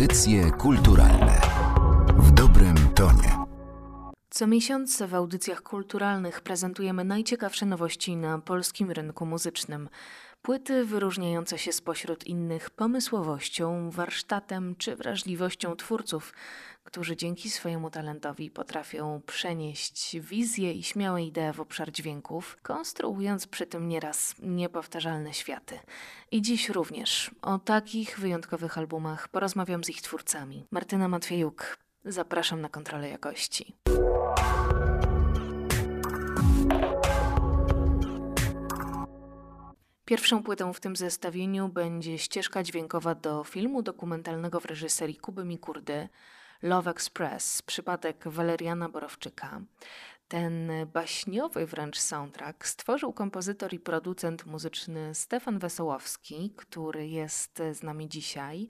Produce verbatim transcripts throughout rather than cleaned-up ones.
Audycje kulturalne w dobrym tonie. Co miesiąc w audycjach kulturalnych prezentujemy najciekawsze nowości na polskim rynku muzycznym. Płyty wyróżniające się spośród innych pomysłowością, warsztatem czy wrażliwością twórców, którzy dzięki swojemu talentowi potrafią przenieść wizje i śmiałe idee w obszar dźwięków, konstruując przy tym nieraz niepowtarzalne światy. I dziś również o takich wyjątkowych albumach porozmawiam z ich twórcami. Martyna Matwiejuk, zapraszam na kontrolę jakości. Pierwszą płytą w tym zestawieniu będzie ścieżka dźwiękowa do filmu dokumentalnego w reżyserii Kuby Mikurdy Love Express, przypadek Waleriana Borowczyka. Ten baśniowy wręcz soundtrack stworzył kompozytor i producent muzyczny Stefan Wesołowski, który jest z nami dzisiaj.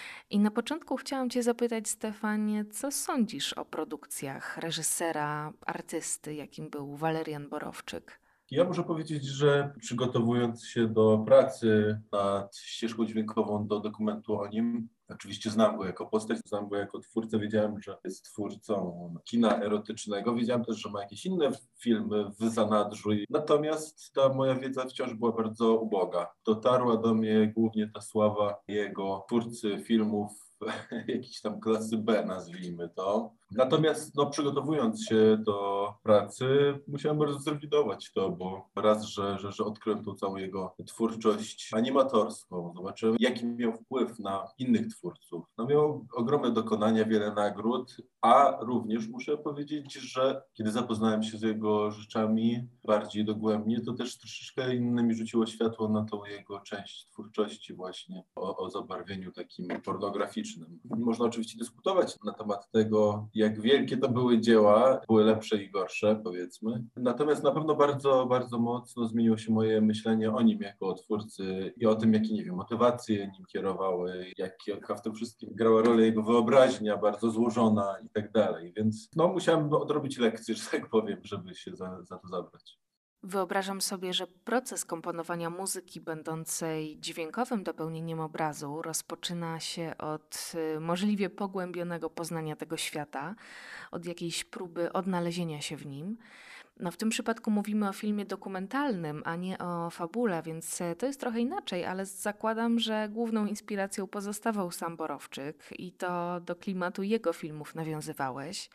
I na początku chciałam Cię zapytać, Stefanie, co sądzisz o produkcjach reżysera, artysty, jakim był Walerian Borowczyk? Ja muszę powiedzieć, że przygotowując się do pracy nad ścieżką dźwiękową do dokumentu o nim, oczywiście znam go jako postać, znam go jako twórcę, wiedziałem, że jest twórcą kina erotycznego, wiedziałem też, że ma jakieś inne filmy w zanadrzu, natomiast ta moja wiedza wciąż była bardzo uboga. Dotarła do mnie głównie ta sława jego twórcy filmów jakiejś tam klasy B, nazwijmy to. Natomiast no, przygotowując się do pracy, musiałem bardzo zrewidować to, bo raz, że, że, że odkryłem tą całą jego twórczość animatorską, zobaczyłem, jaki miał wpływ na innych twórców. No, miał ogromne dokonania, wiele nagród, a również muszę powiedzieć, że kiedy zapoznałem się z jego rzeczami bardziej dogłębnie, to też troszeczkę innymi rzuciło światło na tą jego część twórczości właśnie o, o zabarwieniu takim pornograficznym. Można oczywiście dyskutować na temat tego, jak wielkie to były dzieła, były lepsze i gorsze, powiedzmy. Natomiast na pewno bardzo, bardzo mocno zmieniło się moje myślenie o nim jako o twórcy i o tym, jakie, nie wiem, motywacje nim kierowały, jaka w tym wszystkim grała rolę jego wyobraźnia, bardzo złożona i tak dalej. Więc no, musiałem odrobić lekcję, że tak powiem, żeby się za, za to zabrać. Wyobrażam sobie, że proces komponowania muzyki będącej dźwiękowym dopełnieniem obrazu rozpoczyna się od możliwie pogłębionego poznania tego świata, od jakiejś próby odnalezienia się w nim. No w tym przypadku mówimy o filmie dokumentalnym, a nie o fabule, więc to jest trochę inaczej, ale zakładam, że główną inspiracją pozostawał sam Borowczyk i to do klimatu jego filmów nawiązywałeś.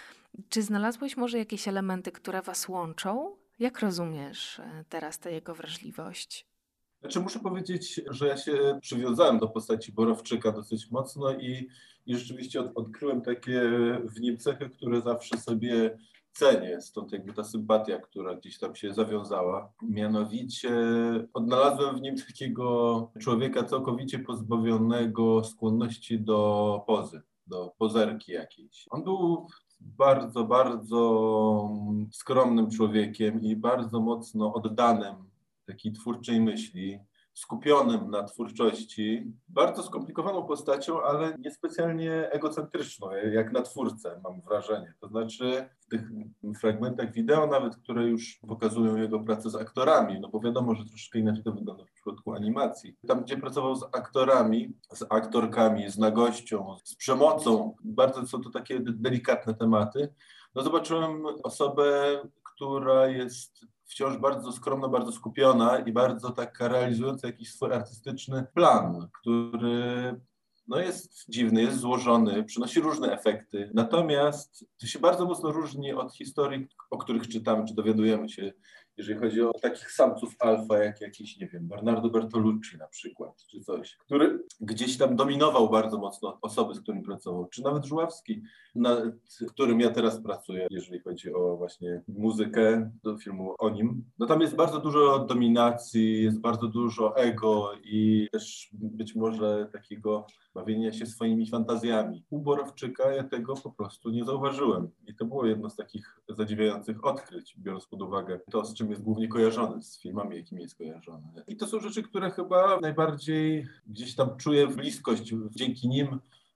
Czy znalazłeś może jakieś elementy, które was łączą? Jak rozumiesz teraz tę jego wrażliwość? Znaczy muszę powiedzieć, że ja się przywiązałem do postaci Borowczyka dosyć mocno i, i rzeczywiście od, odkryłem takie w nim cechy, które zawsze sobie cenię. Stąd jakby ta sympatia, która gdzieś tam się zawiązała. Mianowicie odnalazłem w nim takiego człowieka całkowicie pozbawionego skłonności do pozy, do pozerki jakiejś. On był bardzo, bardzo skromnym człowiekiem i bardzo mocno oddanym takiej twórczej myśli, skupionym na twórczości, bardzo skomplikowaną postacią, ale niespecjalnie egocentryczną, jak na twórcę, mam wrażenie. To znaczy w tych fragmentach wideo nawet, które już pokazują jego pracę z aktorami, no bo wiadomo, że troszkę inaczej to wygląda w przypadku animacji. Tam, gdzie pracował z aktorami, z aktorkami, z nagością, z przemocą, bardzo są to takie delikatne tematy, no zobaczyłem osobę, która jest wciąż bardzo skromna, bardzo skupiona i bardzo taka realizująca jakiś swój artystyczny plan, który no jest dziwny, jest złożony, przynosi różne efekty. Natomiast to się bardzo mocno różni od historii, o których czytamy, czy dowiadujemy się, jeżeli chodzi o takich samców alfa, jak jakiś, nie wiem, Bernardo Bertolucci na przykład, czy coś, który gdzieś tam dominował bardzo mocno osoby, z którymi pracował, czy nawet Żuławski, nad którym ja teraz pracuję, jeżeli chodzi o właśnie muzykę do filmu o nim. No tam jest bardzo dużo dominacji, jest bardzo dużo ego i też być może takiego bawienia się swoimi fantazjami. U Borowczyka ja tego po prostu nie zauważyłem i to było jedno z takich zadziwiających odkryć, biorąc pod uwagę to, z czym jest głównie kojarzony, z filmami, jakimi jest kojarzony. I to są rzeczy, które chyba najbardziej gdzieś tam czuję bliskość dzięki nim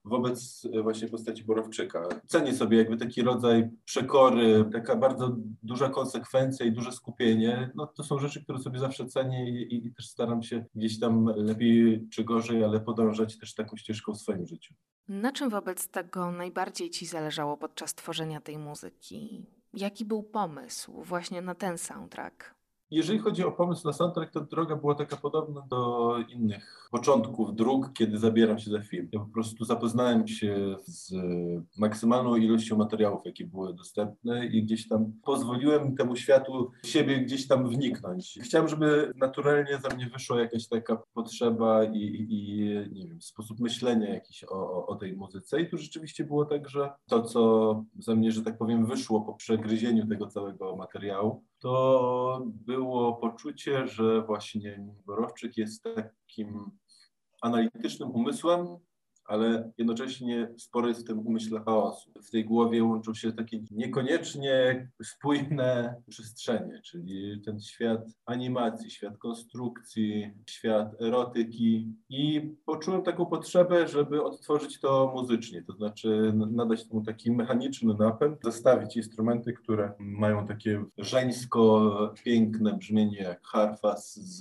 wobec właśnie postaci Borowczyka. Cenię sobie jakby taki rodzaj przekory, taka bardzo duża konsekwencja i duże skupienie. No, to są rzeczy, które sobie zawsze cenię i, i też staram się gdzieś tam lepiej czy gorzej, ale podążać też taką ścieżką w swoim życiu. Na czym wobec tego najbardziej ci zależało podczas tworzenia tej muzyki? Jaki był pomysł właśnie na ten soundtrack? Jeżeli chodzi o pomysł na soundtrack, to droga była taka podobna do innych początków dróg, kiedy zabieram się za film. Ja po prostu zapoznałem się z maksymalną ilością materiałów, jakie były dostępne i gdzieś tam pozwoliłem temu światu siebie gdzieś tam wniknąć. Chciałem, żeby naturalnie za mnie wyszła jakaś taka potrzeba i, i nie wiem, sposób myślenia jakiś o, o, o tej muzyce. I tu rzeczywiście było tak, że to, co za mnie, że tak powiem, wyszło po przegryzieniu tego całego materiału, to było poczucie, że właśnie Borowczyk jest takim analitycznym umysłem, ale jednocześnie sporo jest w tym umyśle chaosu. W tej głowie łączą się takie niekoniecznie spójne przestrzenie, czyli ten świat animacji, świat konstrukcji, świat erotyki i poczułem taką potrzebę, żeby odtworzyć to muzycznie, to znaczy nadać temu taki mechaniczny napęd, zestawić instrumenty, które mają takie żeńsko piękne brzmienie jak harfa z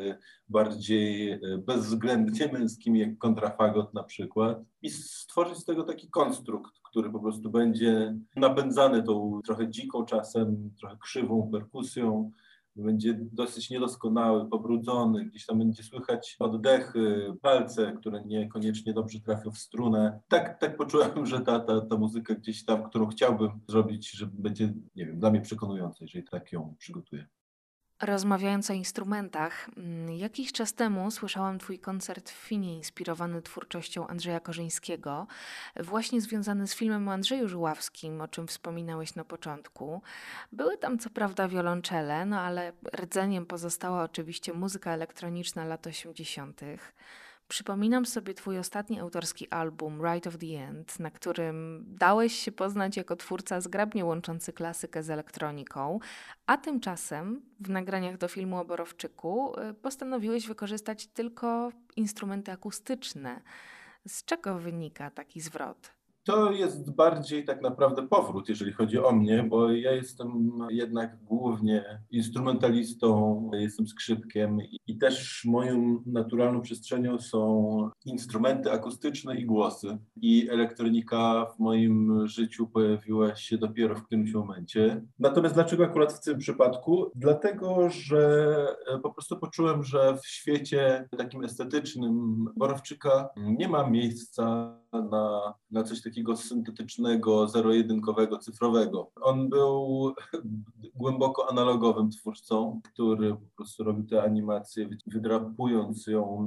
bardziej bezwzględnie męskimi jak kontrafagot na przykład i stworzyć z tego taki konstrukt, który po prostu będzie napędzany tą trochę dziką czasem, trochę krzywą perkusją, będzie dosyć niedoskonały, pobrudzony, gdzieś tam będzie słychać oddechy, palce, które niekoniecznie dobrze trafią w strunę. Tak, tak poczułem, że ta, ta, ta muzyka gdzieś tam, którą chciałbym zrobić, że będzie, nie wiem, dla mnie przekonująca, jeżeli tak ją przygotuję. Rozmawiając o instrumentach, jakiś czas temu słyszałam twój koncert w Finie inspirowany twórczością Andrzeja Korzyńskiego, właśnie związany z filmem o Andrzeju Żuławskim, o czym wspominałeś na początku. Były tam co prawda wiolonczele, no ale rdzeniem pozostała oczywiście muzyka elektroniczna lat osiemdziesiątych. Przypominam sobie twój ostatni autorski album Right of the End, na którym dałeś się poznać jako twórca zgrabnie łączący klasykę z elektroniką, a tymczasem w nagraniach do filmu o Borowczyku postanowiłeś wykorzystać tylko instrumenty akustyczne. Z czego wynika taki zwrot? To jest bardziej tak naprawdę powrót, jeżeli chodzi o mnie, bo ja jestem jednak głównie instrumentalistą, jestem skrzypkiem i też moją naturalną przestrzenią są instrumenty akustyczne i głosy. I elektronika w moim życiu pojawiła się dopiero w którymś momencie. Natomiast dlaczego akurat w tym przypadku? Dlatego, że po prostu poczułem, że w świecie takim estetycznym Borowczyka nie ma miejsca na, na coś takiego syntetycznego, zero-jedynkowego, cyfrowego. On był głęboko analogowym twórcą, który po prostu robił tę animację, wydrapując ją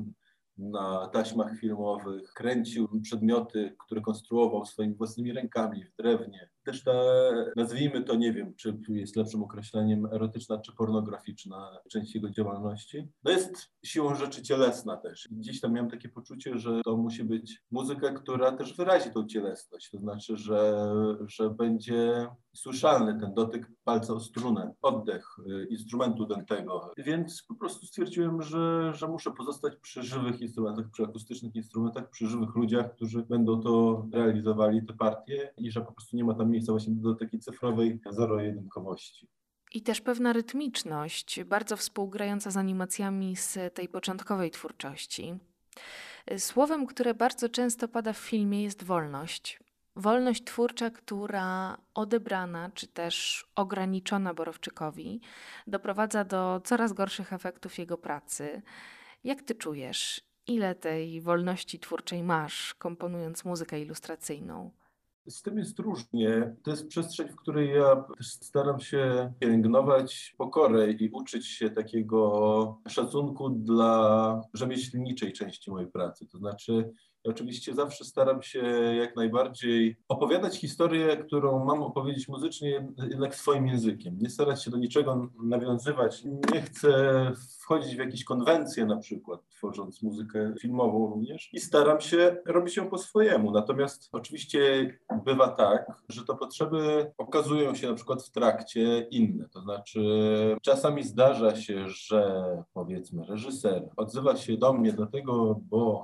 na taśmach filmowych, kręcił przedmioty, które konstruował swoimi własnymi rękami w drewnie. Też ta, nazwijmy to, nie wiem, czy jest lepszym określeniem, erotyczna czy pornograficzna część jego działalności, no jest siłą rzeczy cielesna też. Gdzieś tam miałem takie poczucie, że to musi być muzyka, która też wyrazi tą cielesność, to znaczy, że, że będzie słyszalny ten dotyk palca o strunę, oddech instrumentu dętego. Więc po prostu stwierdziłem, że, że muszę pozostać przy żywych instrumentach, przy akustycznych instrumentach, przy żywych ludziach, którzy będą to realizowali, te partie i że po prostu nie ma tam miejsca właśnie do takiej cyfrowej zero-jedynkowości. I też pewna rytmiczność, bardzo współgrająca z animacjami z tej początkowej twórczości. Słowem, które bardzo często pada w filmie, jest wolność. Wolność twórcza, która odebrana czy też ograniczona Borowczykowi doprowadza do coraz gorszych efektów jego pracy. Jak ty czujesz, ile tej wolności twórczej masz, komponując muzykę ilustracyjną? Z tym jest różnie. To jest przestrzeń, w której ja też staram się pielęgnować pokorę i uczyć się takiego szacunku dla rzemieślniczej części mojej pracy. To znaczy, ja oczywiście zawsze staram się jak najbardziej opowiadać historię, którą mam opowiedzieć muzycznie, jednak swoim językiem. Nie starać się do niczego nawiązywać. Nie chcę wchodzić w jakieś konwencje na przykład, tworząc muzykę filmową również. I staram się robić ją po swojemu. Natomiast oczywiście bywa tak, że te potrzeby okazują się na przykład w trakcie inne. To znaczy czasami zdarza się, że powiedzmy reżyser odzywa się do mnie dlatego, bo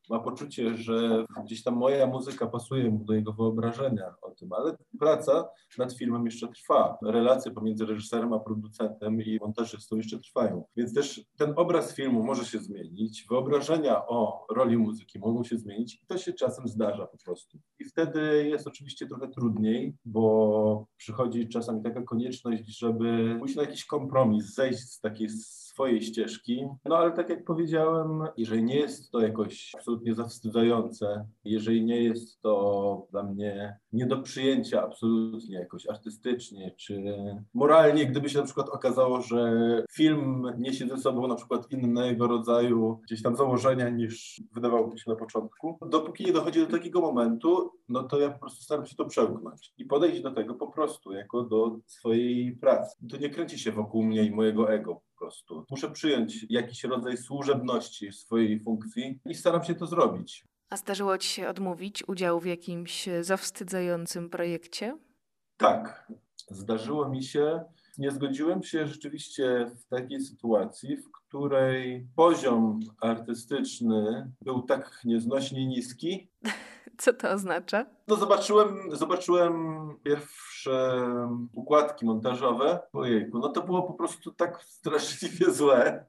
ma poczucie, że gdzieś tam moja muzyka pasuje mu do jego wyobrażenia o tym, ale praca nad filmem jeszcze trwa. Relacje pomiędzy reżyserem a producentem i montażystą jeszcze trwają. Więc też ten obraz filmu może się zmienić, wyobrażenia o roli muzyki mogą się zmienić i to się czasem zdarza po prostu. I wtedy jest oczywiście trochę trudniej, bo przychodzi czasami taka konieczność, żeby pójść na jakiś kompromis, zejść z takiej swojej ścieżki. No ale tak jak powiedziałem, jeżeli nie jest to jakoś absolutnie zawstydzające, jeżeli nie jest to dla mnie nie do przyjęcia absolutnie jakoś artystycznie czy moralnie, gdyby się na przykład okazało, że film niesie ze sobą na przykład innego rodzaju gdzieś tam założenia niż wydawałoby się na początku, dopóki nie dochodzi do takiego momentu, no to ja po prostu staram się to przełknąć i podejść do tego po prostu jako do swojej pracy. To nie kręci się wokół mnie i mojego ego. Po prostu. Muszę przyjąć jakiś rodzaj służebności swojej funkcji i staram się to zrobić. A zdarzyło ci się odmówić udziału w jakimś zawstydzającym projekcie? Tak, zdarzyło mi się. Nie zgodziłem się rzeczywiście w takiej sytuacji, w której poziom artystyczny był tak nieznośnie niski. Co to oznacza? No zobaczyłem, zobaczyłem pierwsze układki montażowe. Ojejku, no to było po prostu tak straszliwie złe,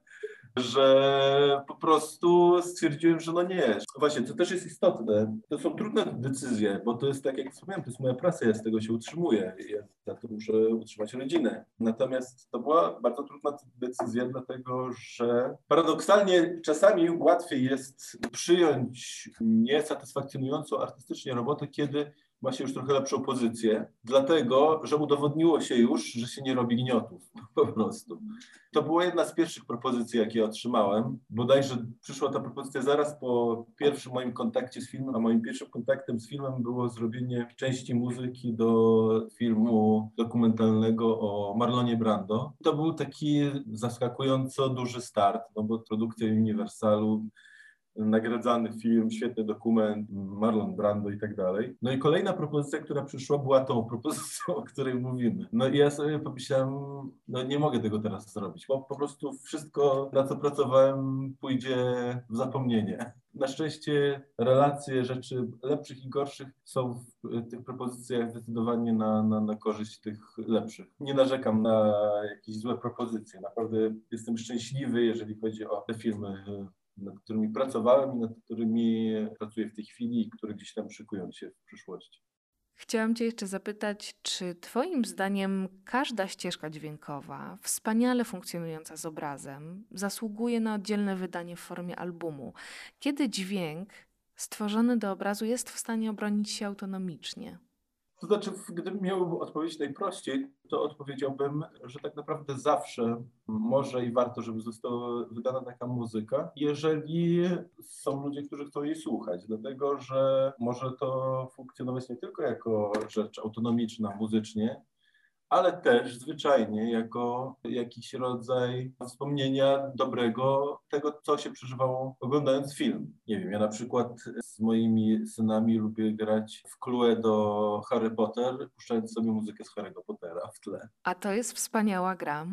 że po prostu stwierdziłem, że no nie. Właśnie, to też jest istotne. To są trudne decyzje, bo to jest tak, jak wspomniałem, to jest moja praca, ja z tego się utrzymuję. Ja za to muszę utrzymać rodzinę. Natomiast to była bardzo trudna decyzja, dlatego że paradoksalnie czasami łatwiej jest przyjąć niesatysfakcjonującą artystycznie robotę, kiedy ma się już trochę lepszą pozycję, dlatego, że udowodniło się już, że się nie robi gniotów, po prostu. To była jedna z pierwszych propozycji, jakie otrzymałem. Bodajże przyszła ta propozycja zaraz po pierwszym moim kontakcie z filmem, a moim pierwszym kontaktem z filmem było zrobienie części muzyki do filmu dokumentalnego o Marlonie Brando. To był taki zaskakująco duży start, no bo produkcja Uniwersalu, nagradzany film, świetny dokument, Marlon Brando i tak dalej. No i kolejna propozycja, która przyszła, była tą propozycją, o której mówimy. No i ja sobie pomyślałem, no nie mogę tego teraz zrobić, bo po prostu wszystko, na co pracowałem, pójdzie w zapomnienie. Na szczęście relacje rzeczy lepszych i gorszych są w tych propozycjach zdecydowanie na, na, na korzyść tych lepszych. Nie narzekam na jakieś złe propozycje. Naprawdę jestem szczęśliwy, jeżeli chodzi o te filmy, nad którymi pracowałem i nad którymi pracuję w tej chwili i które gdzieś tam szykują się w przyszłości. Chciałam cię jeszcze zapytać, czy twoim zdaniem każda ścieżka dźwiękowa, wspaniale funkcjonująca z obrazem, zasługuje na oddzielne wydanie w formie albumu? Kiedy dźwięk stworzony do obrazu jest w stanie obronić się autonomicznie? To znaczy, gdybym miał odpowiedzieć najprościej, to odpowiedziałbym, że tak naprawdę zawsze może i warto, żeby została wydana taka muzyka, jeżeli są ludzie, którzy chcą jej słuchać, dlatego że może to funkcjonować nie tylko jako rzecz autonomiczna muzycznie, ale też zwyczajnie jako jakiś rodzaj wspomnienia dobrego tego, co się przeżywało oglądając film. Nie wiem, ja na przykład z moimi synami lubię grać w Clue do Harry Potter, puszczając sobie muzykę z Harry'ego Pottera w tle. A to jest wspaniała gra.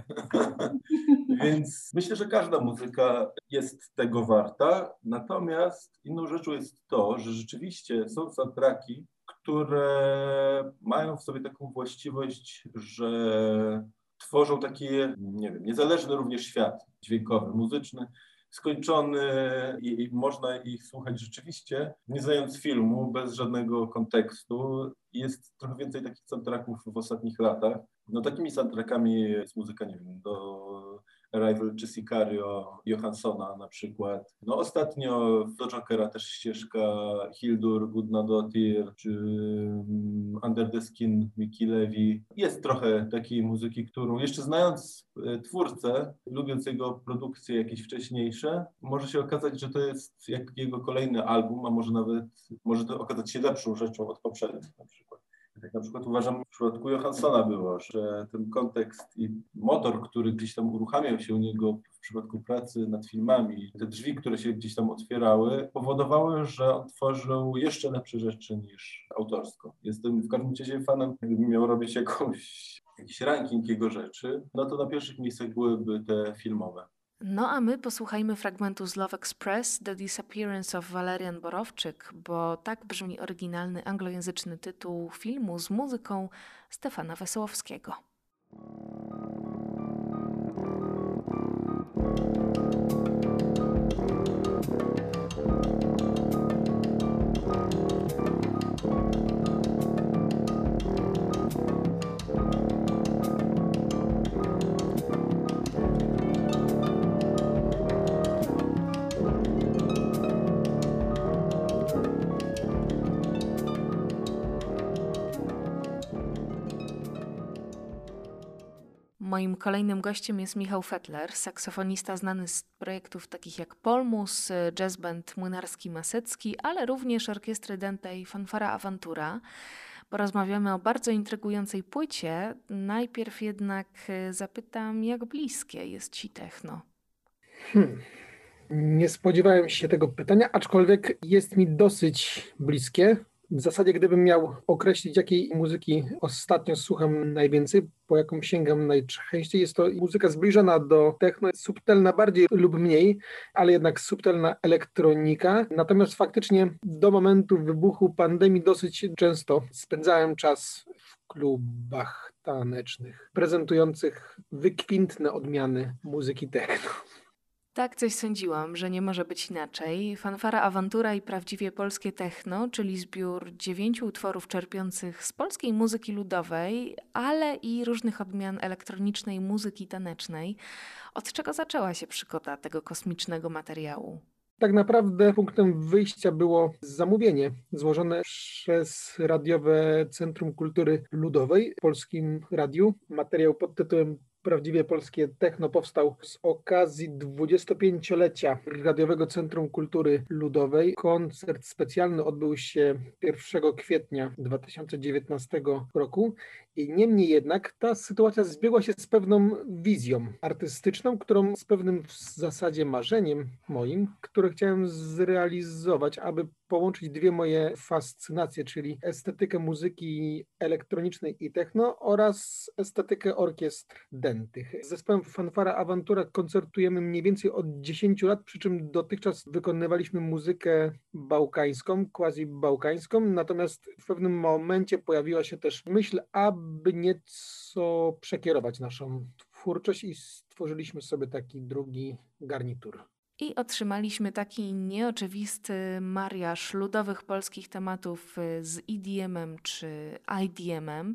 Więc myślę, że każda muzyka jest tego warta, natomiast inną rzeczą jest to, że rzeczywiście są soundtracki, które mają w sobie taką właściwość, że tworzą taki, nie wiem, niezależny również świat dźwiękowy, muzyczny, skończony i, i można ich słuchać rzeczywiście, nie znając filmu, bez żadnego kontekstu. Jest trochę więcej takich soundtracków w ostatnich latach. No takimi soundtrackami jest muzyka, nie wiem, do Arrival czy Sicario Johanssona na przykład. No ostatnio do Jokera też ścieżka Hildur Gudnadottir czy Under the Skin Miki Levy. Jest trochę takiej muzyki, którą jeszcze znając twórcę, lubiąc jego produkcje jakieś wcześniejsze, może się okazać, że to jest jak jego kolejny album, a może nawet może to okazać się lepszą rzeczą od poprzednich na przykład. Tak na przykład uważam, w przypadku Johanssona było, że ten kontekst i motor, który gdzieś tam uruchamiał się u niego w przypadku pracy nad filmami, te drzwi, które się gdzieś tam otwierały, powodowały, że on tworzył jeszcze lepsze rzeczy niż autorsko. Jestem w każdym razie fanem, gdybym miał robić jakąś, jakiś ranking jego rzeczy, no to na pierwszych miejscach byłyby te filmowe. No a my posłuchajmy fragmentu z Love Express The Disappearance of Walerian Borowczyk, bo tak brzmi oryginalny anglojęzyczny tytuł filmu z muzyką Stefana Wesołowskiego. Moim kolejnym gościem jest Michał Fetler, saksofonista znany z projektów takich jak Polmus, jazz band Młynarski Masecki, ale również orkiestry Dęte i Fanfara Awantura. Porozmawiamy o bardzo intrygującej płycie. Najpierw jednak zapytam, jak bliskie jest Ci techno? Hmm. Nie spodziewałem się tego pytania, aczkolwiek jest mi dosyć bliskie. W zasadzie, gdybym miał określić, jakiej muzyki ostatnio słucham najwięcej, po jaką sięgam najczęściej, jest to muzyka zbliżona do techno, subtelna bardziej lub mniej, ale jednak subtelna elektronika. Natomiast faktycznie do momentu wybuchu pandemii dosyć często spędzałem czas w klubach tanecznych, prezentujących wykwintne odmiany muzyki techno. Tak coś sądziłam, że nie może być inaczej. Fanfara Awantura i prawdziwie polskie techno, czyli zbiór dziewięciu utworów czerpiących z polskiej muzyki ludowej, ale i różnych odmian elektronicznej muzyki tanecznej. Od czego zaczęła się przygoda tego kosmicznego materiału? Tak naprawdę punktem wyjścia było zamówienie złożone przez Radiowe Centrum Kultury Ludowej w Polskim Radiu. Materiał pod tytułem Prawdziwie polskie techno powstał z okazji dwudziestopięciolecia Radiowego Centrum Kultury Ludowej. Koncert specjalny odbył się pierwszego kwietnia dwa tysiące dziewiętnastego roku. I niemniej jednak ta sytuacja zbiegła się z pewną wizją artystyczną, którą z pewnym w zasadzie marzeniem moim, które chciałem zrealizować, aby połączyć dwie moje fascynacje, czyli estetykę muzyki elektronicznej i techno oraz estetykę orkiestr dętych. Z zespołem Fanfara Awantura koncertujemy mniej więcej od dziesięciu lat, przy czym dotychczas wykonywaliśmy muzykę bałkańską, quasi-bałkańską, natomiast w pewnym momencie pojawiła się też myśl, aby nieco przekierować naszą twórczość i stworzyliśmy sobie taki drugi garnitur. I otrzymaliśmy taki nieoczywisty mariaż ludowych polskich tematów z E D M-em czy I D M-em,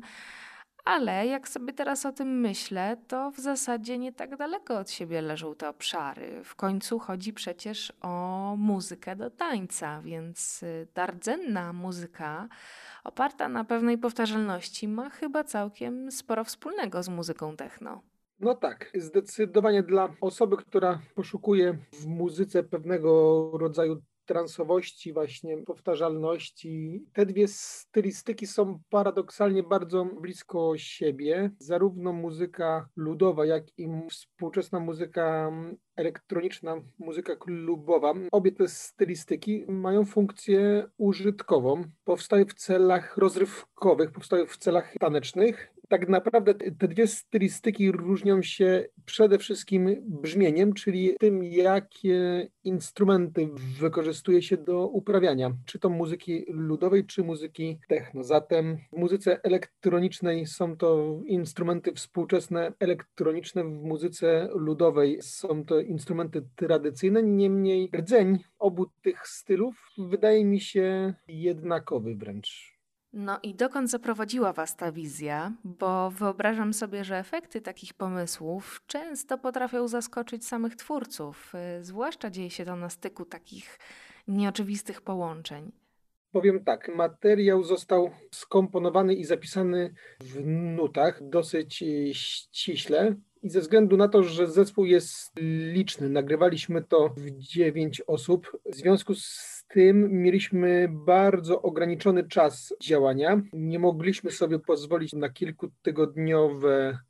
ale jak sobie teraz o tym myślę, to w zasadzie nie tak daleko od siebie leżą te obszary. W końcu chodzi przecież o muzykę do tańca, więc ta rdzenna muzyka oparta na pewnej powtarzalności ma chyba całkiem sporo wspólnego z muzyką techno. No tak, zdecydowanie dla osoby, która poszukuje w muzyce pewnego rodzaju transowości, właśnie powtarzalności. Te dwie stylistyki są paradoksalnie bardzo blisko siebie. Zarówno muzyka ludowa, jak i współczesna muzyka elektroniczna, muzyka klubowa. Obie te stylistyki mają funkcję użytkową. Powstają w celach rozrywkowych, powstają w celach tanecznych. Tak naprawdę te dwie stylistyki różnią się przede wszystkim brzmieniem, czyli tym, jakie instrumenty wykorzystuje się do uprawiania, czy to muzyki ludowej, czy muzyki techno. Zatem w muzyce elektronicznej są to instrumenty współczesne, elektroniczne, w muzyce ludowej są to instrumenty tradycyjne, niemniej rdzeń obu tych stylów wydaje mi się jednakowy wręcz. No i dokąd zaprowadziła Was ta wizja? Bo wyobrażam sobie, że efekty takich pomysłów często potrafią zaskoczyć samych twórców. Zwłaszcza dzieje się to na styku takich nieoczywistych połączeń. Powiem tak, materiał został skomponowany i zapisany w nutach dosyć ściśle. I ze względu na to, że zespół jest liczny, nagrywaliśmy to w dziewięć osób, w związku z tym mieliśmy bardzo ograniczony czas działania. Nie mogliśmy sobie pozwolić na kilkutygodniowe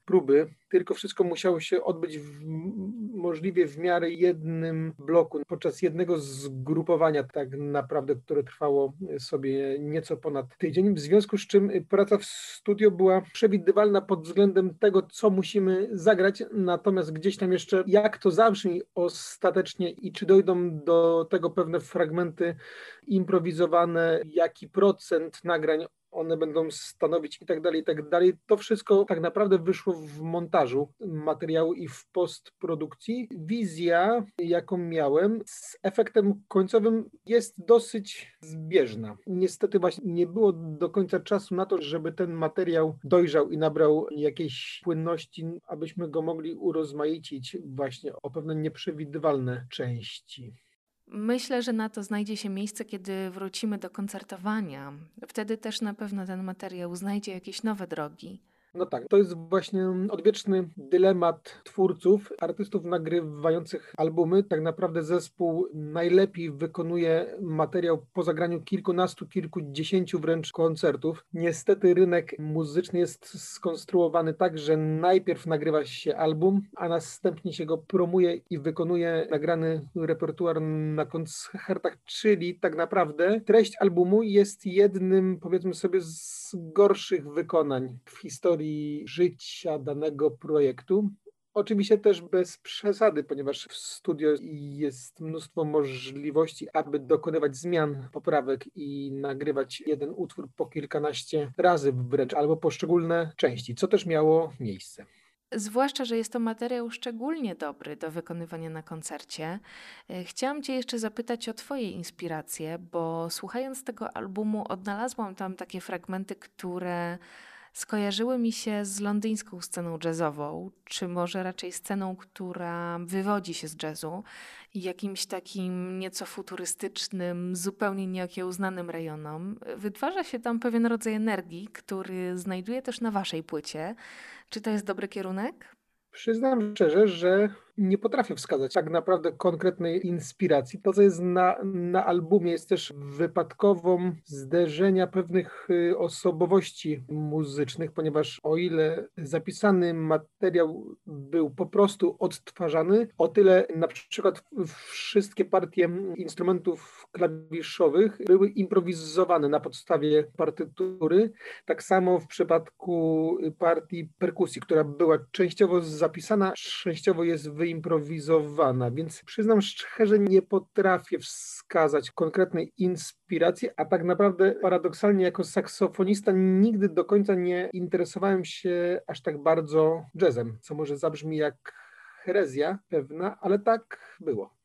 próby, tylko wszystko musiało się odbyć w, możliwie w miarę jednym bloku, podczas jednego zgrupowania tak naprawdę, które trwało sobie nieco ponad tydzień, w związku z czym praca w studio była przewidywalna pod względem tego, co musimy zagrać, natomiast gdzieś tam jeszcze jak to zabrzmi ostatecznie i czy dojdą do tego pewne fragmenty improwizowane, jaki procent nagrań one będą stanowić i tak dalej, i tak dalej. To wszystko tak naprawdę wyszło w montażu materiału i w postprodukcji. Wizja, jaką miałem, z efektem końcowym jest dosyć zbieżna. Niestety właśnie nie było do końca czasu na to, żeby ten materiał dojrzał i nabrał jakiejś płynności, abyśmy go mogli urozmaicić właśnie o pewne nieprzewidywalne części. Myślę, że na to znajdzie się miejsce, kiedy wrócimy do koncertowania. Wtedy też na pewno ten materiał znajdzie jakieś nowe drogi. No tak, to jest właśnie odwieczny dylemat twórców, artystów nagrywających albumy. Tak naprawdę zespół najlepiej wykonuje materiał po zagraniu kilkunastu, kilkudziesięciu wręcz koncertów. Niestety rynek muzyczny jest skonstruowany tak, że najpierw nagrywa się album, a następnie się go promuje i wykonuje nagrany repertuar na koncertach, czyli tak naprawdę treść albumu jest jednym, powiedzmy sobie, z gorszych wykonań w historii życia danego projektu. Oczywiście też bez przesady, ponieważ w studio jest mnóstwo możliwości, aby dokonywać zmian, poprawek i nagrywać jeden utwór po kilkanaście razy wręcz, albo poszczególne części, co też miało miejsce. Zwłaszcza, że jest to materiał szczególnie dobry do wykonywania na koncercie. Chciałam Cię jeszcze zapytać o Twoje inspiracje, bo słuchając tego albumu odnalazłam tam takie fragmenty, które skojarzyły mi się z londyńską sceną jazzową, czy może raczej sceną, która wywodzi się z jazzu i jakimś takim nieco futurystycznym, zupełnie nieokiełznanym rejonom. Wytwarza się tam pewien rodzaj energii, który znajduję też na Waszej płycie. Czy to jest dobry kierunek? Przyznam szczerze, że nie potrafię wskazać tak naprawdę konkretnej inspiracji. To, co jest na, na albumie, jest też wypadkową zderzenia pewnych osobowości muzycznych, ponieważ o ile zapisany materiał był po prostu odtwarzany, o tyle na przykład wszystkie partie instrumentów klawiszowych były improwizowane na podstawie partytury. Tak samo w przypadku partii perkusji, która była częściowo zapisana, częściowo jest wyimprowizowana. wyimprowizowana, więc przyznam szczerze, nie potrafię wskazać konkretnej inspiracji, a tak naprawdę paradoksalnie jako saksofonista nigdy do końca nie interesowałem się aż tak bardzo jazzem, co może zabrzmi jak herezja pewna, ale tak było.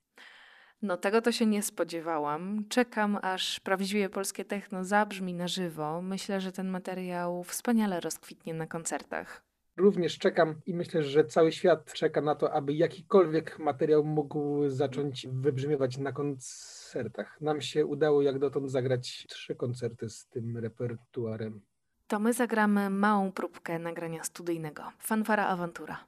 No tego to się nie spodziewałam. Czekam, aż prawdziwie polskie techno zabrzmi na żywo. Myślę, że ten materiał wspaniale rozkwitnie na koncertach. Również czekam i myślę, że cały świat czeka na to, aby jakikolwiek materiał mógł zacząć wybrzmiewać na koncertach. Nam się udało jak dotąd zagrać trzy koncerty z tym repertuarem. To my zagramy małą próbkę nagrania studyjnego. Fanfara Awantura.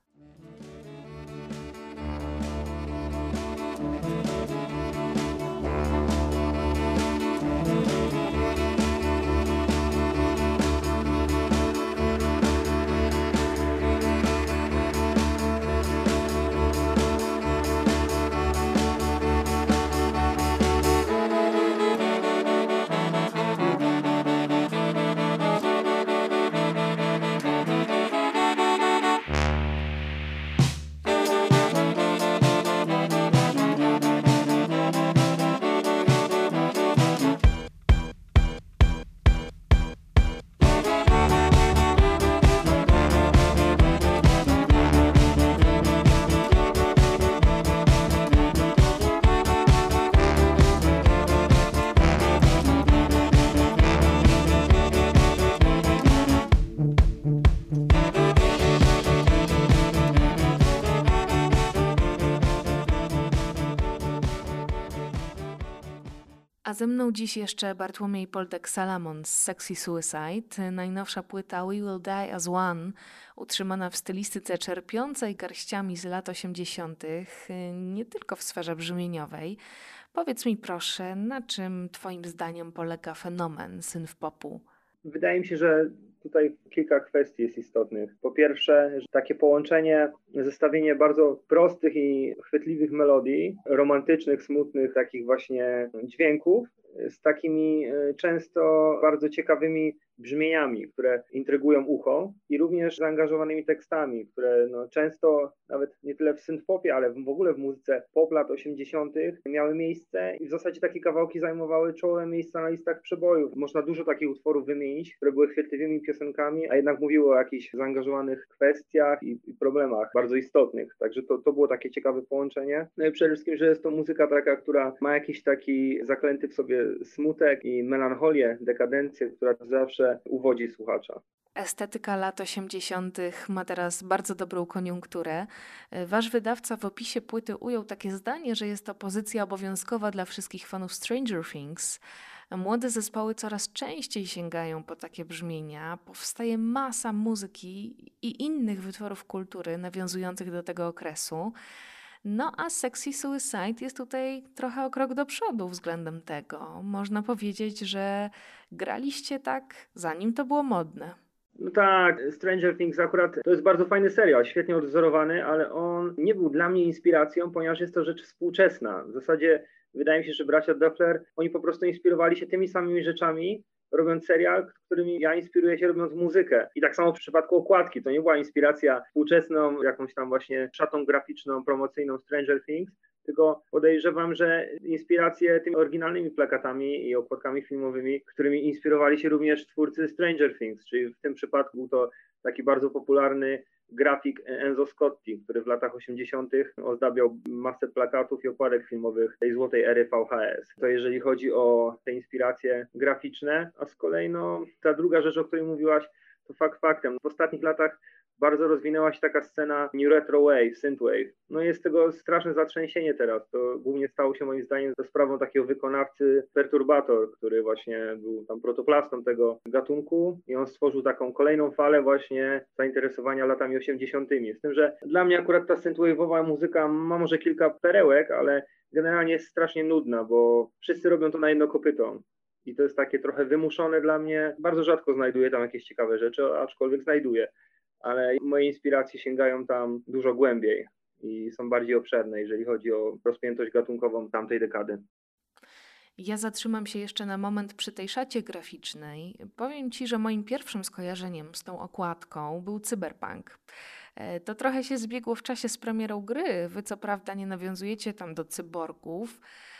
A ze mną dziś jeszcze Bartłomiej Poldek-Salamon z Sexy Suicide. Najnowsza płyta We Will Die As One, utrzymana w stylistyce czerpiącej garściami z lat osiemdziesiątych, nie tylko w sferze brzmieniowej. Powiedz mi proszę, na czym twoim zdaniem polega fenomen synth-popu? Wydaje mi się, że Tutaj kilka kwestii jest istotnych. Po pierwsze, że takie połączenie, zestawienie bardzo prostych i chwytliwych melodii, romantycznych, smutnych, takich właśnie dźwięków, z takimi często bardzo ciekawymi brzmieniami, które intrygują ucho i również zaangażowanymi tekstami, które no często nawet nie tyle w synthpopie, ale w ogóle w muzyce pop lat osiemdziesiątych miały miejsce i w zasadzie takie kawałki zajmowały czołowe miejsca na listach przebojów. Można dużo takich utworów wymienić, które były chwytliwymi piosenkami, a jednak mówiły o jakichś zaangażowanych kwestiach i, i problemach bardzo istotnych. Także to, to było takie ciekawe połączenie. No i przede wszystkim, że jest to muzyka taka, która ma jakiś taki zaklęty w sobie smutek i melancholię, dekadencję, która zawsze uwodzi słuchacza. Estetyka lat osiemdziesiątych ma teraz bardzo dobrą koniunkturę. Wasz wydawca w opisie płyty ujął takie zdanie, że jest to pozycja obowiązkowa dla wszystkich fanów Stranger Things. Młode zespoły coraz częściej sięgają po takie brzmienia. Powstaje masa muzyki i innych wytworów kultury nawiązujących do tego okresu. No a Sexy Suicide jest tutaj trochę o krok do przodu względem tego. Można powiedzieć, że graliście tak, zanim to było modne. No tak, Stranger Things akurat to jest bardzo fajny serial, świetnie odwzorowany, ale on nie był dla mnie inspiracją, ponieważ jest to rzecz współczesna. W zasadzie wydaje mi się, że bracia Duffler, oni po prostu inspirowali się tymi samymi rzeczami, robiąc serial, którymi ja inspiruję się robiąc muzykę. I tak samo w przypadku okładki. To nie była inspiracja współczesną, jakąś tam właśnie szatą graficzną, promocyjną Stranger Things, tylko podejrzewam, że inspiracje tymi oryginalnymi plakatami i okładkami filmowymi, którymi inspirowali się również twórcy Stranger Things, czyli w tym przypadku był to taki bardzo popularny grafik Enzo Scotti, który w latach osiemdziesiątych ozdabiał masę plakatów i okładek filmowych tej złotej ery V H S. To jeżeli chodzi o te inspiracje graficzne, a z kolei no, ta druga rzecz, o której mówiłaś, to fakt faktem. W ostatnich latach bardzo rozwinęła się taka scena New Retro Wave, Synthwave. No jest tego straszne zatrzęsienie teraz. To głównie stało się moim zdaniem za sprawą takiego wykonawcy Perturbator, który właśnie był tam protoplastą tego gatunku i on stworzył taką kolejną falę właśnie zainteresowania latami osiemdziesiątymi. Z tym, że dla mnie akurat ta synthwave'owa muzyka ma może kilka perełek, ale generalnie jest strasznie nudna, bo wszyscy robią to na jedno kopyto. I to jest takie trochę wymuszone dla mnie. Bardzo rzadko znajduję tam jakieś ciekawe rzeczy, aczkolwiek znajduję. Ale moje inspiracje sięgają tam dużo głębiej i są bardziej obszerne, jeżeli chodzi o rozpiętość gatunkową tamtej dekady. Ja zatrzymam się jeszcze na moment przy tej szacie graficznej. Powiem Ci, że moim pierwszym skojarzeniem z tą okładką był cyberpunk. To trochę się zbiegło w czasie z premierą gry. Wy co prawda nie nawiązujecie tam do cyborgów,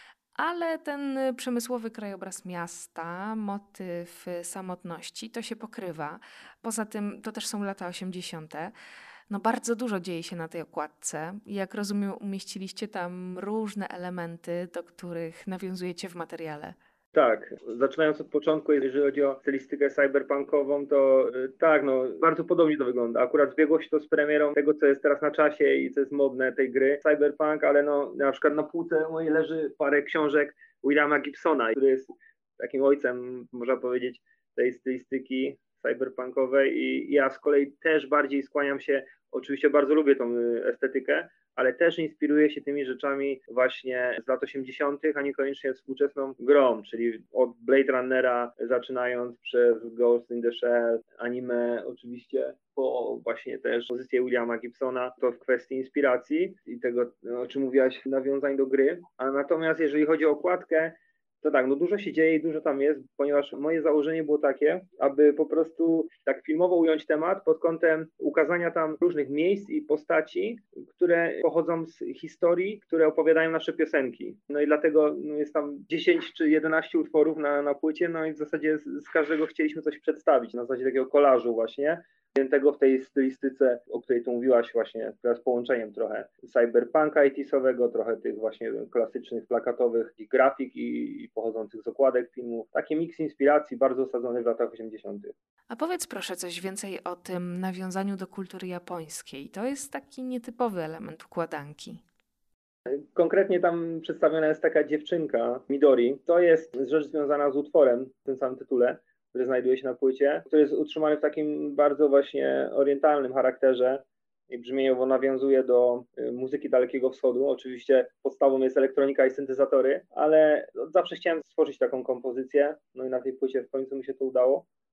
ale ten przemysłowy krajobraz miasta, motyw samotności, to się pokrywa. Poza tym to też są lata osiemdziesiąte. No bardzo dużo dzieje się na tej okładce. Jak rozumiem, umieściliście tam różne elementy, do których nawiązujecie w materiale. Tak, zaczynając od początku, jeżeli chodzi o stylistykę cyberpunkową, to tak, no bardzo podobnie to wygląda. Akurat zbiegło się to z premierą tego, co jest teraz na czasie i co jest modne tej gry, cyberpunk, ale no na przykład na półce mojej leży parę książek Williama Gibsona, który jest takim ojcem, można powiedzieć, tej stylistyki cyberpunkowej i ja z kolei też bardziej skłaniam się, oczywiście bardzo lubię tą estetykę, ale też inspiruje się tymi rzeczami właśnie z lat osiemdziesiątych, a niekoniecznie współczesną grą, czyli od Blade Runnera zaczynając przez Ghost in the Shell, anime oczywiście, po właśnie też pozycję Williama Gibsona, to w kwestii inspiracji i tego, o czym mówiłaś, nawiązań do gry. A natomiast jeżeli chodzi o okładkę, to tak, no dużo się dzieje i dużo tam jest, ponieważ moje założenie było takie, aby po prostu tak filmowo ująć temat pod kątem ukazania tam różnych miejsc i postaci, które pochodzą z historii, które opowiadają nasze piosenki. No i dlatego no jest tam dziesięć czy jedenaście utworów na, na płycie, no i w zasadzie z, z każdego chcieliśmy coś przedstawić, na zasadzie takiego kolażu właśnie. Tego w tej stylistyce, o której tu mówiłaś właśnie, z połączeniem trochę cyberpunka eightiesowego, trochę tych właśnie klasycznych, plakatowych i grafik i, i pochodzących z okładek filmów. Taki miks inspiracji bardzo osadzony w latach osiemdziesiątych. A powiedz proszę coś więcej o tym nawiązaniu do kultury japońskiej. To jest taki nietypowy element układanki. Konkretnie tam przedstawiona jest taka dziewczynka, Midori. To jest rzecz związana z utworem w tym samym tytule, który znajduje się na płycie, który jest utrzymany w takim bardzo właśnie orientalnym charakterze i brzmieniowo nawiązuje do muzyki Dalekiego Wschodu. Oczywiście podstawą jest elektronika i syntezatory, ale zawsze chciałem stworzyć taką kompozycję, no i na tej płycie w końcu mi się to udało.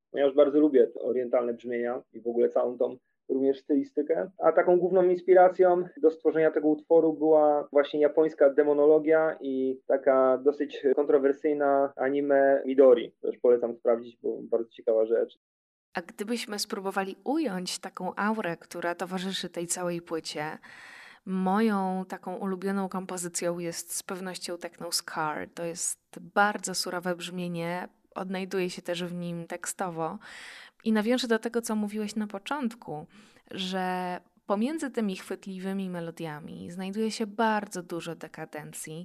Ja już bardzo lubię orientalne brzmienia i w ogóle całą tą również stylistykę. A taką główną inspiracją do stworzenia tego utworu była właśnie japońska demonologia i taka dosyć kontrowersyjna anime Midori. Też polecam sprawdzić, bo bardzo ciekawa rzecz. A gdybyśmy spróbowali ująć taką aurę, która towarzyszy tej całej płycie, moją taką ulubioną kompozycją jest z pewnością Techno Scar. To jest bardzo surowe brzmienie, odnajduje się też w nim tekstowo. I nawiążę do tego, co mówiłeś na początku, że pomiędzy tymi chwytliwymi melodiami znajduje się bardzo dużo dekadencji.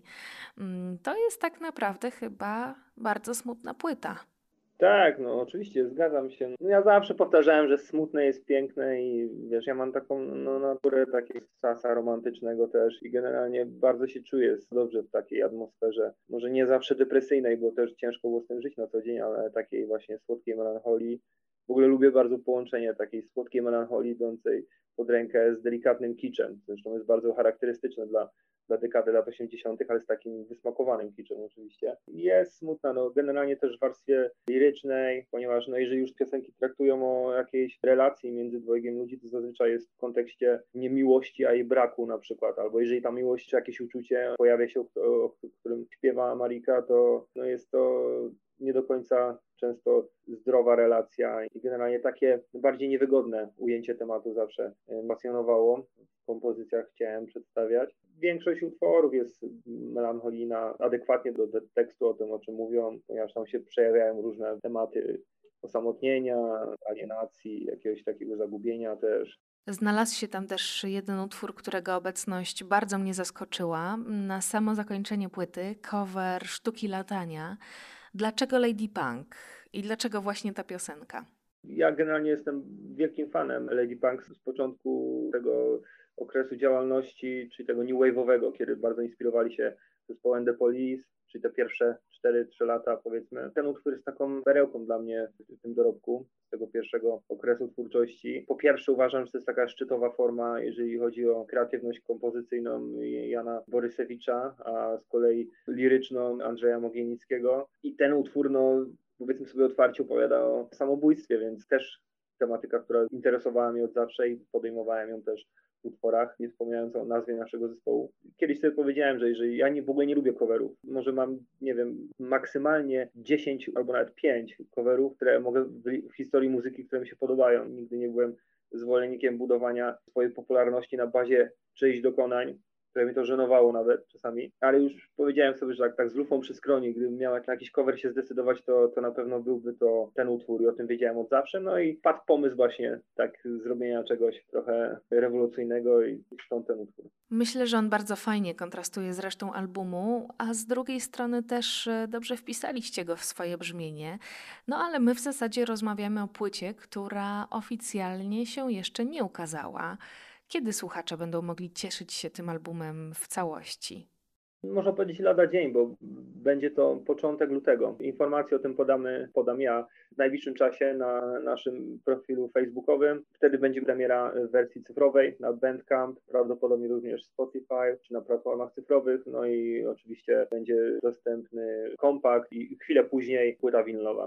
To jest tak naprawdę chyba bardzo smutna płyta. Tak, no oczywiście, zgadzam się. No, ja zawsze powtarzałem, że smutne jest piękne i wiesz, ja mam taką no, naturę takiego sasa romantycznego też i generalnie bardzo się czuję dobrze w takiej atmosferze. Może nie zawsze depresyjnej, bo też ciężko było z tym żyć na co dzień, ale takiej właśnie słodkiej melancholii. W ogóle lubię bardzo połączenie takiej słodkiej melancholii idącej pod rękę z delikatnym kiczem. Zresztą jest bardzo charakterystyczne dla, dla dekady lat osiemdziesiątych, ale z takim wysmakowanym kiczem oczywiście. Jest smutna, no generalnie też w warstwie lirycznej, ponieważ no jeżeli już piosenki traktują o jakiejś relacji między dwojgiem ludzi, to zazwyczaj jest w kontekście nie miłości, a jej braku na przykład. Albo jeżeli ta miłość czy jakieś uczucie pojawia się, o, o którym śpiewa Marika, to no jest to nie do końca często zdrowa relacja i generalnie takie bardziej niewygodne ujęcie tematu zawsze pasjonowało. W kompozycjach chciałem przedstawiać. Większość utworów jest melancholijna, adekwatnie do tekstu, o tym o czym mówią, ponieważ tam się przejawiają różne tematy osamotnienia, alienacji, jakiegoś takiego zagubienia też. Znalazł się tam też jeden utwór, którego obecność bardzo mnie zaskoczyła. Na samo zakończenie płyty cover Sztuki latania. Dlaczego Lady Punk i dlaczego właśnie ta piosenka? Ja generalnie jestem wielkim fanem Lady Punk z początku tego okresu działalności, czyli tego new wave'owego, kiedy bardzo inspirowali się zespołem The Police, czyli te pierwsze cztery trzy lata powiedzmy. Ten utwór jest taką perełką dla mnie w tym dorobku, z tego pierwszego okresu twórczości. Po pierwsze uważam, że to jest taka szczytowa forma, jeżeli chodzi o kreatywność kompozycyjną Jana Borysewicza, a z kolei liryczną Andrzeja Mogienickiego. I ten utwór, no powiedzmy sobie otwarcie, opowiada o samobójstwie, więc też tematyka, która interesowała mnie od zawsze i podejmowałem ją też w utworach, nie wspomniając o nazwie naszego zespołu. Kiedyś sobie powiedziałem, że jeżeli ja nie, w ogóle nie lubię coverów, może mam, nie wiem, maksymalnie dziesięć albo nawet pięć coverów, które mogę w, w historii muzyki, które mi się podobają. Nigdy nie byłem zwolennikiem budowania swojej popularności na bazie czyichś dokonań, które mi to żenowało nawet czasami, ale już powiedziałem sobie, że tak, tak z lufą przy skronie, gdybym miał na jakiś cover się zdecydować, to, to na pewno byłby to ten utwór i o tym wiedziałem od zawsze, no i padł pomysł właśnie tak zrobienia czegoś trochę rewolucyjnego i stąd ten utwór. Myślę, że on bardzo fajnie kontrastuje z resztą albumu, a z drugiej strony też dobrze wpisaliście go w swoje brzmienie, no ale my w zasadzie rozmawiamy o płycie, która oficjalnie się jeszcze nie ukazała. Kiedy słuchacze będą mogli cieszyć się tym albumem w całości? Można powiedzieć lada dzień, bo będzie to początek lutego. Informacje o tym podamy, podam ja w najbliższym czasie na naszym profilu facebookowym. Wtedy będzie premiera w wersji cyfrowej na Bandcamp, prawdopodobnie również Spotify czy na platformach cyfrowych. No i oczywiście będzie dostępny kompakt i chwilę później płyta winylowa.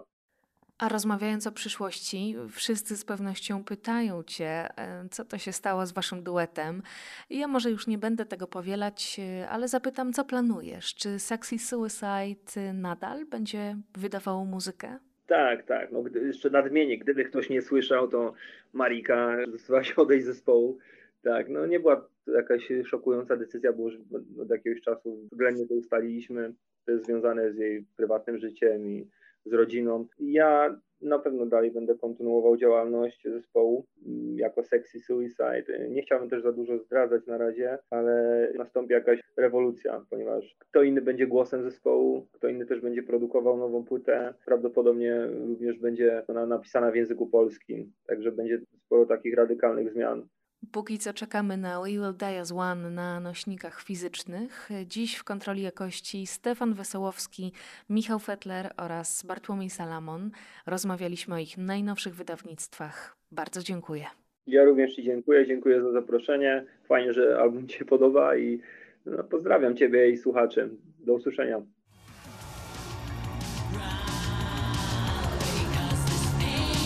A rozmawiając o przyszłości, wszyscy z pewnością pytają Cię, co to się stało z Waszym duetem. Ja może już nie będę tego powielać, ale zapytam, co planujesz? Czy Sexy Suicide nadal będzie wydawało muzykę? Tak, tak. No, gdy, jeszcze nadmienię, gdyby ktoś nie słyszał, to Marika zdecydowała się odejść z zespołu. Tak, no nie była to jakaś szokująca decyzja, bo już od jakiegoś czasu względnie to ustaliliśmy. To jest związane z jej prywatnym życiem i z rodziną. Ja na pewno dalej będę kontynuował działalność zespołu jako Sexy Suicide. Nie chciałbym też za dużo zdradzać na razie, ale nastąpi jakaś rewolucja, ponieważ kto inny będzie głosem zespołu, kto inny też będzie produkował nową płytę. Prawdopodobnie również będzie ona napisana w języku polskim, także będzie sporo takich radykalnych zmian. Póki co czekamy na We Will Die As One na nośnikach fizycznych. Dziś w kontroli jakości Stefan Wesołowski, Michał Fetler oraz Bartłomiej Salamon. Rozmawialiśmy o ich najnowszych wydawnictwach. Bardzo dziękuję. Ja również Ci dziękuję. Dziękuję za zaproszenie. Fajnie, że album Ci się podoba i no, pozdrawiam Ciebie i słuchaczy. Do usłyszenia.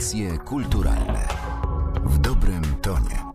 Audycje kulturalne w dobrym tonie.